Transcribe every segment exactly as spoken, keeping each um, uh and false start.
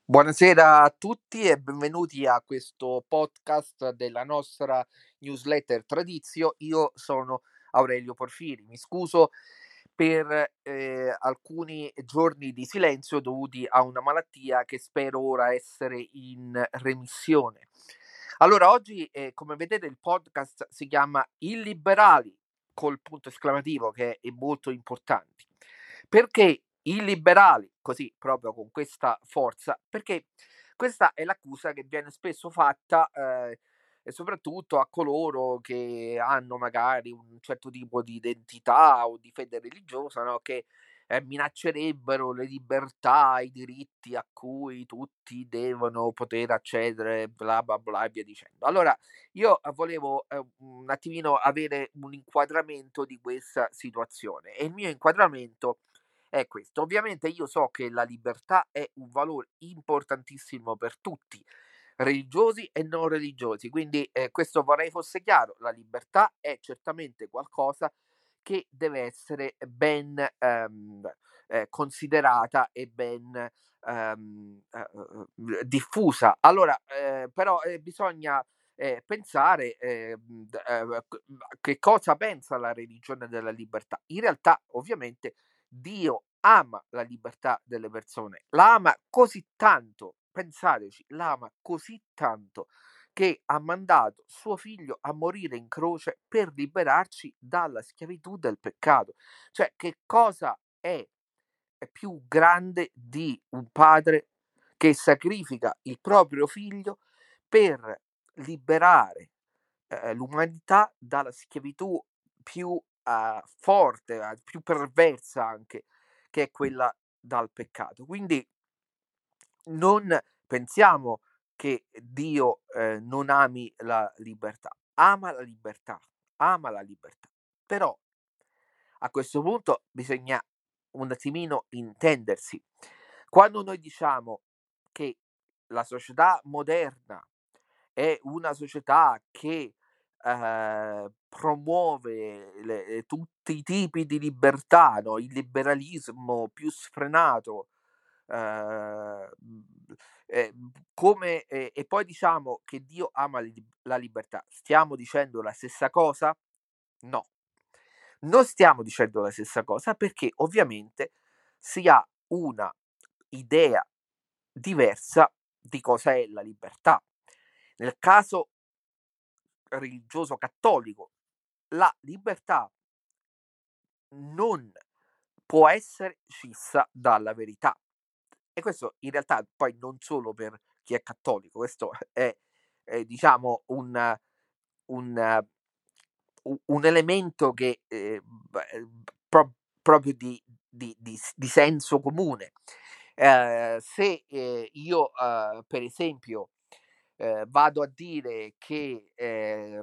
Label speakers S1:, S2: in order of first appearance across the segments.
S1: Buonasera a tutti e benvenuti a questo podcast della nostra newsletter Tradizio. Io sono Aurelio Porfiri. Mi scuso per eh, alcuni giorni di silenzio dovuti a una malattia che spero ora essere in remissione. Allora, oggi, eh, come vedete, il podcast si chiama Illiberali col punto esclamativo, che è molto importante. Perché i liberali, così proprio con questa forza? Perché questa è l'accusa che viene spesso fatta eh, e soprattutto a coloro che hanno magari un certo tipo di identità o di fede religiosa, no? Che eh, minaccerebbero le libertà, i diritti a cui tutti devono poter accedere, bla bla bla e via dicendo. Allora, io eh, volevo eh, un attimino avere un inquadramento di questa situazione e il mio inquadramento è questo. Ovviamente io so che la libertà è un valore importantissimo per tutti, religiosi e non religiosi, quindi eh, questo vorrei fosse chiaro. La libertà è certamente qualcosa che deve essere ben ehm, eh, considerata e ben ehm, eh, eh, diffusa. Allora, eh, però eh, bisogna eh, pensare eh, d- eh, che cosa pensa la religione della libertà. In realtà, ovviamente, Dio ama la libertà delle persone, la ama così tanto, pensateci, la ama così tanto che ha mandato suo figlio a morire in croce per liberarci dalla schiavitù del peccato. Cioè, che cosa è, è più grande di un padre che sacrifica il proprio figlio per liberare eh, l'umanità dalla schiavitù più eh, forte, eh, più perversa anche, che è quella dal peccato. Quindi non pensiamo che Dio eh, non ami la libertà, ama la libertà, ama la libertà. Però a questo punto bisogna un attimino intendersi. Quando noi diciamo che la società moderna è una società che eh, promuove le- tutti i tipi di libertà, no? Il liberalismo più sfrenato, eh, eh, come, eh, e poi diciamo che Dio ama li- la libertà. Stiamo dicendo la stessa cosa? No, non stiamo dicendo la stessa cosa perché ovviamente si ha una idea diversa di cosa è la libertà. Nel caso religioso cattolico, la libertà non può essere scissa dalla verità. E questo in realtà poi non solo per chi è cattolico, questo è, è diciamo un, un, u- un elemento che eh, b- pro- proprio di, di- di- di senso comune. Eh, se eh, io, eh, per esempio, eh, vado a dire che eh,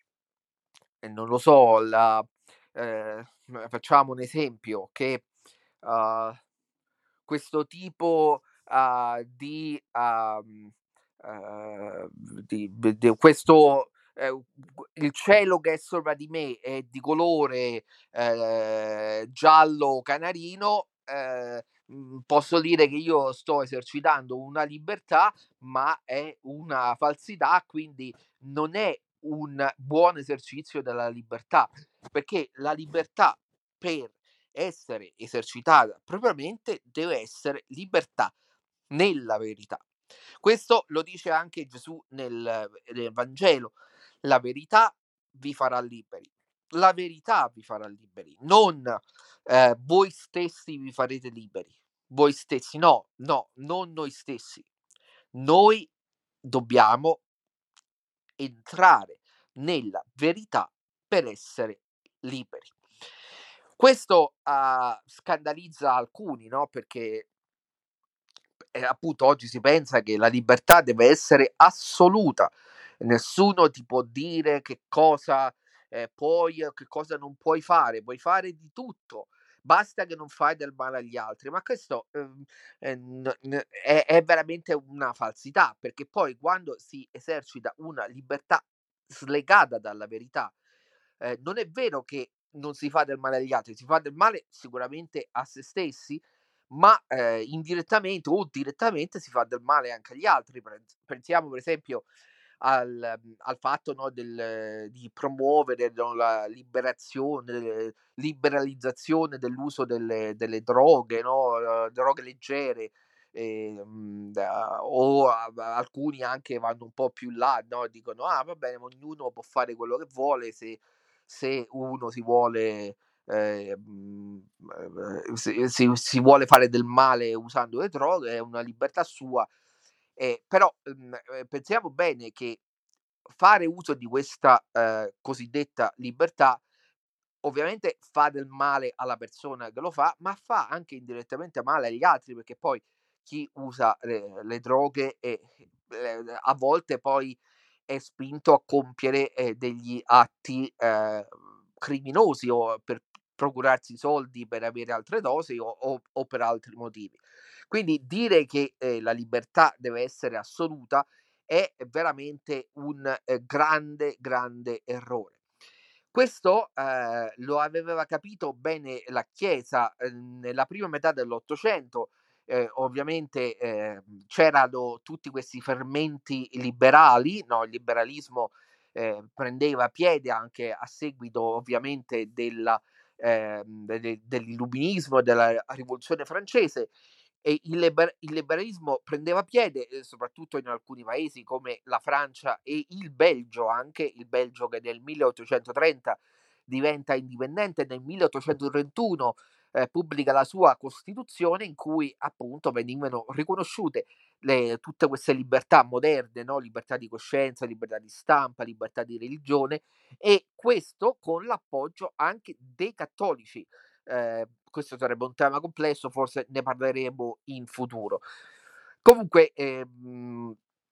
S1: e non lo so, la ehm, facciamo un esempio che, uhm, questo tipo, uhm, di uhm, uhm, di d di questo ehm, il cielo che è sopra di me è di colore, ehm, giallo canarino, ehm, mhmm, posso dire che io sto esercitando una libertà, ma è una falsità, quindi non è un buon esercizio della libertà, perché la libertà per essere esercitata propriamente deve essere libertà nella verità. Questo lo dice anche Gesù nel, nel Vangelo. La verità vi farà liberi. La verità vi farà liberi, non eh, voi stessi vi farete liberi. Voi stessi, no, no, non noi stessi. Noi dobbiamo entrare nella verità per essere liberi. Questo uh, scandalizza alcuni, no? Perché eh, appunto oggi si pensa che la libertà deve essere assoluta, nessuno ti può dire che cosa eh, puoi o che cosa non puoi fare, puoi fare di tutto. Basta che non fai del male agli altri, ma questo ehm, eh, n- n- è, è veramente una falsità, perché poi quando si esercita una libertà slegata dalla verità, eh, non è vero che non si fa del male agli altri, si fa del male sicuramente a se stessi, ma, ehm, indirettamente o direttamente si fa del male anche agli altri. Prenz pensiamo per esempio al mhmm, al fatto, no, del di promuovere, no, la liberazione, liberalizzazione dell'uso delle delle droghe, no, uhm, droghe leggere, ehm, da o a alcuni anche vanno un po' più in là, no, dicono: "Ah, va bene, ognuno può fare quello che vuole, se se uno si vuole ehm, ehm, se si si vuole fare del male usando le droghe è una libertà sua". Ehm, però, mhmm, ehm, pensiamo bene che fare uso di questa, ehm, cosiddetta libertà, ovviamente fa del male alla persona che lo fa, ma fa anche indirettamente male agli altri, perché poi chi usa le le droghe e, ehm, a volte poi è spinto a compiere, ehm, degli atti, ehm, criminosi o per procurarsi soldi per avere altre dosi o o o per altri motivi. Quindi dire che, ehm, la libertà deve essere assoluta è veramente un, ehm, grande, grande errore. Questo, ehm, lo aveva capito bene la Chiesa, ehm, nella prima metà dell'Ottocento. Ehm, ovviamente, ehm, c'erano tutti questi fermenti liberali, no, il liberalismo, ehm, prendeva piede anche a seguito ovviamente della ehm, de de dell'illuminismo e della rivoluzione francese, e il liber il liberalismo prendeva piede, ehm, soprattutto in alcuni paesi come la Francia e il Belgio anche, il Belgio che nel milleottocentotrenta diventa indipendente, nel milleottocentotrentuno, ehm, pubblica la sua Costituzione in cui appunto venivano riconosciute le tutte queste libertà moderne, no, libertà di coscienza, libertà di stampa, libertà di religione, e questo con l'appoggio anche dei cattolici. Ehm, questo sarebbe un tema complesso, forse ne parleremo in futuro. Comunque, ehm,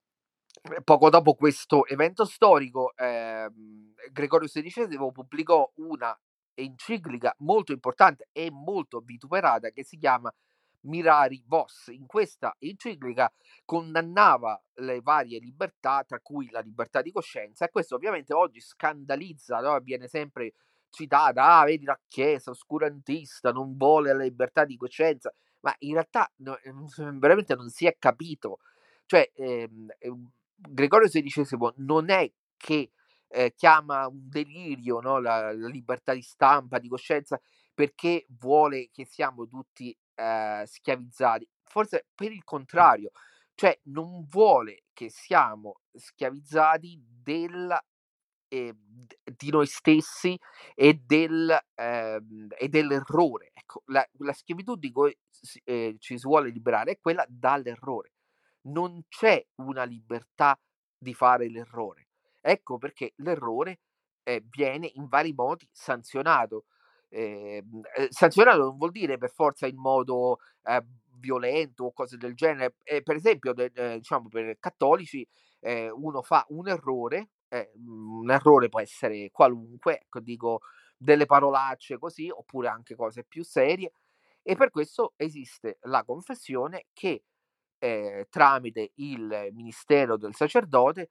S1: poco dopo questo evento storico, ehm, Gregorio sedicesimo pubblicò una enciclica molto importante e molto vituperata che si chiama Mirari Vos. In questa enciclica condannava le varie libertà, tra cui la libertà di coscienza, e questo ovviamente oggi scandalizza, no, viene sempre citata: "Ah, vedi la Chiesa oscurantista, non vuole la libertà di coscienza", ma in realtà no, ehm, veramente non si è capito. Cioè, ehm, ehm, Gregorio sedicesimo non è che, ehm, chiama un delirio, no, la la libertà di stampa, di coscienza, perché vuole che siamo tutti, ehm, schiavizzati. Forse per il contrario, cioè non vuole che siamo schiavizzati del ehm, d di noi stessi e del ehm, e dell'errore. Ecco, la la schiavitù di cui s ehm, ci si vuole liberare è quella dall'errore. Non c'è una libertà di fare l'errore. Ecco perché l'errore, ehm, viene in vari modi sanzionato. Ehm, ehm, sanzionato non vuol dire per forza in modo, ehm, violento o cose del genere. Ehm, per esempio de ehm, diciamo per cattolici, ehm, uno fa un errore, ehm, un errore può essere qualunque, ecco dico delle parolacce così, oppure anche cose più serie, e per questo esiste la confessione che, ehm, tramite il ministero del sacerdote,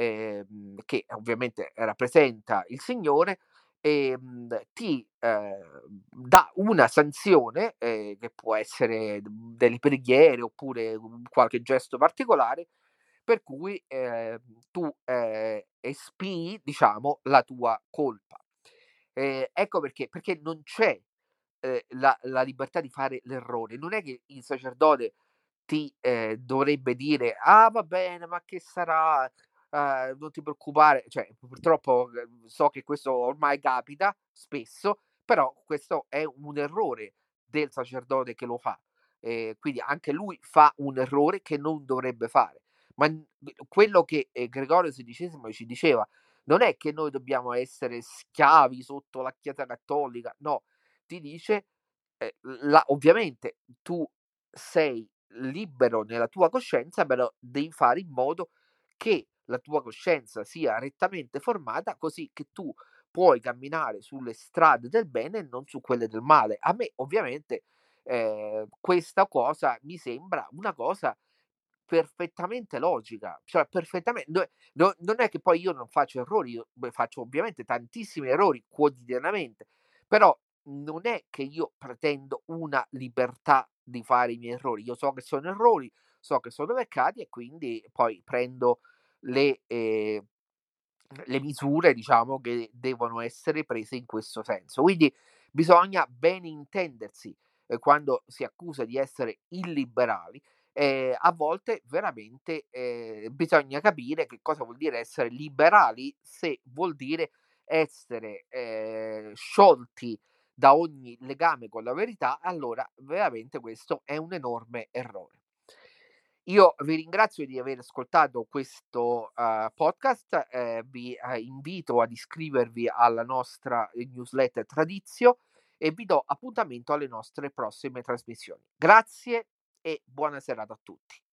S1: ehm, che ovviamente rappresenta il Signore, ehm, ti, ehm, dà una sanzione, ehm, che può essere d delle preghiere oppure un qualche gesto particolare, per cui, ehm, tu, ehm, espii, diciamo, la tua colpa. Ehm, ecco perché, perché non c'è, ehm, la la libertà di fare l'errore. Non è che il sacerdote ti, ehm, dovrebbe dire: "Ah, va bene, ma che sarà? Uhm, non ti preoccupare", cioè purtroppo, ehm, so che questo ormai capita spesso, però questo è un errore del sacerdote che lo fa. Ehm, quindi anche lui fa un errore che non dovrebbe fare. Ma n quello che, ehm, Gregorio sedicesimo ci diceva non è che noi dobbiamo essere schiavi sotto la Chiesa cattolica, no, ti dice, ehm, la ovviamente tu sei libero nella tua coscienza, però devi fare in modo che la tua coscienza sia rettamente formata, così che tu puoi camminare sulle strade del bene e non su quelle del male. A me ovviamente, ehm, questa cosa mi sembra una cosa perfettamente logica, cioè perfettame no no non è che poi io non faccio errori, io beh, faccio ovviamente tantissimi errori quotidianamente, però non è che io pretendo una libertà di fare i miei errori. Io so che sono errori, so che sono peccati e quindi poi prendo le ehm, le misure diciamo che devono essere prese in questo senso. Quindi bisogna bene intendersi, ehm, quando si accusa di essere illiberali, ehm, a volte veramente, ehm, bisogna capire che cosa vuol dire essere liberali, se vuol dire essere, ehm, sciolti da ogni legame con la verità, allora veramente questo è un enorme errore. Io vi ringrazio di aver ascoltato questo, uhm, podcast, ehm, vi, ehm, invito ad iscrivervi alla nostra, ehm, newsletter Tradizio e vi do appuntamento alle nostre prossime trasmissioni. Grazie e buona serata a tutti.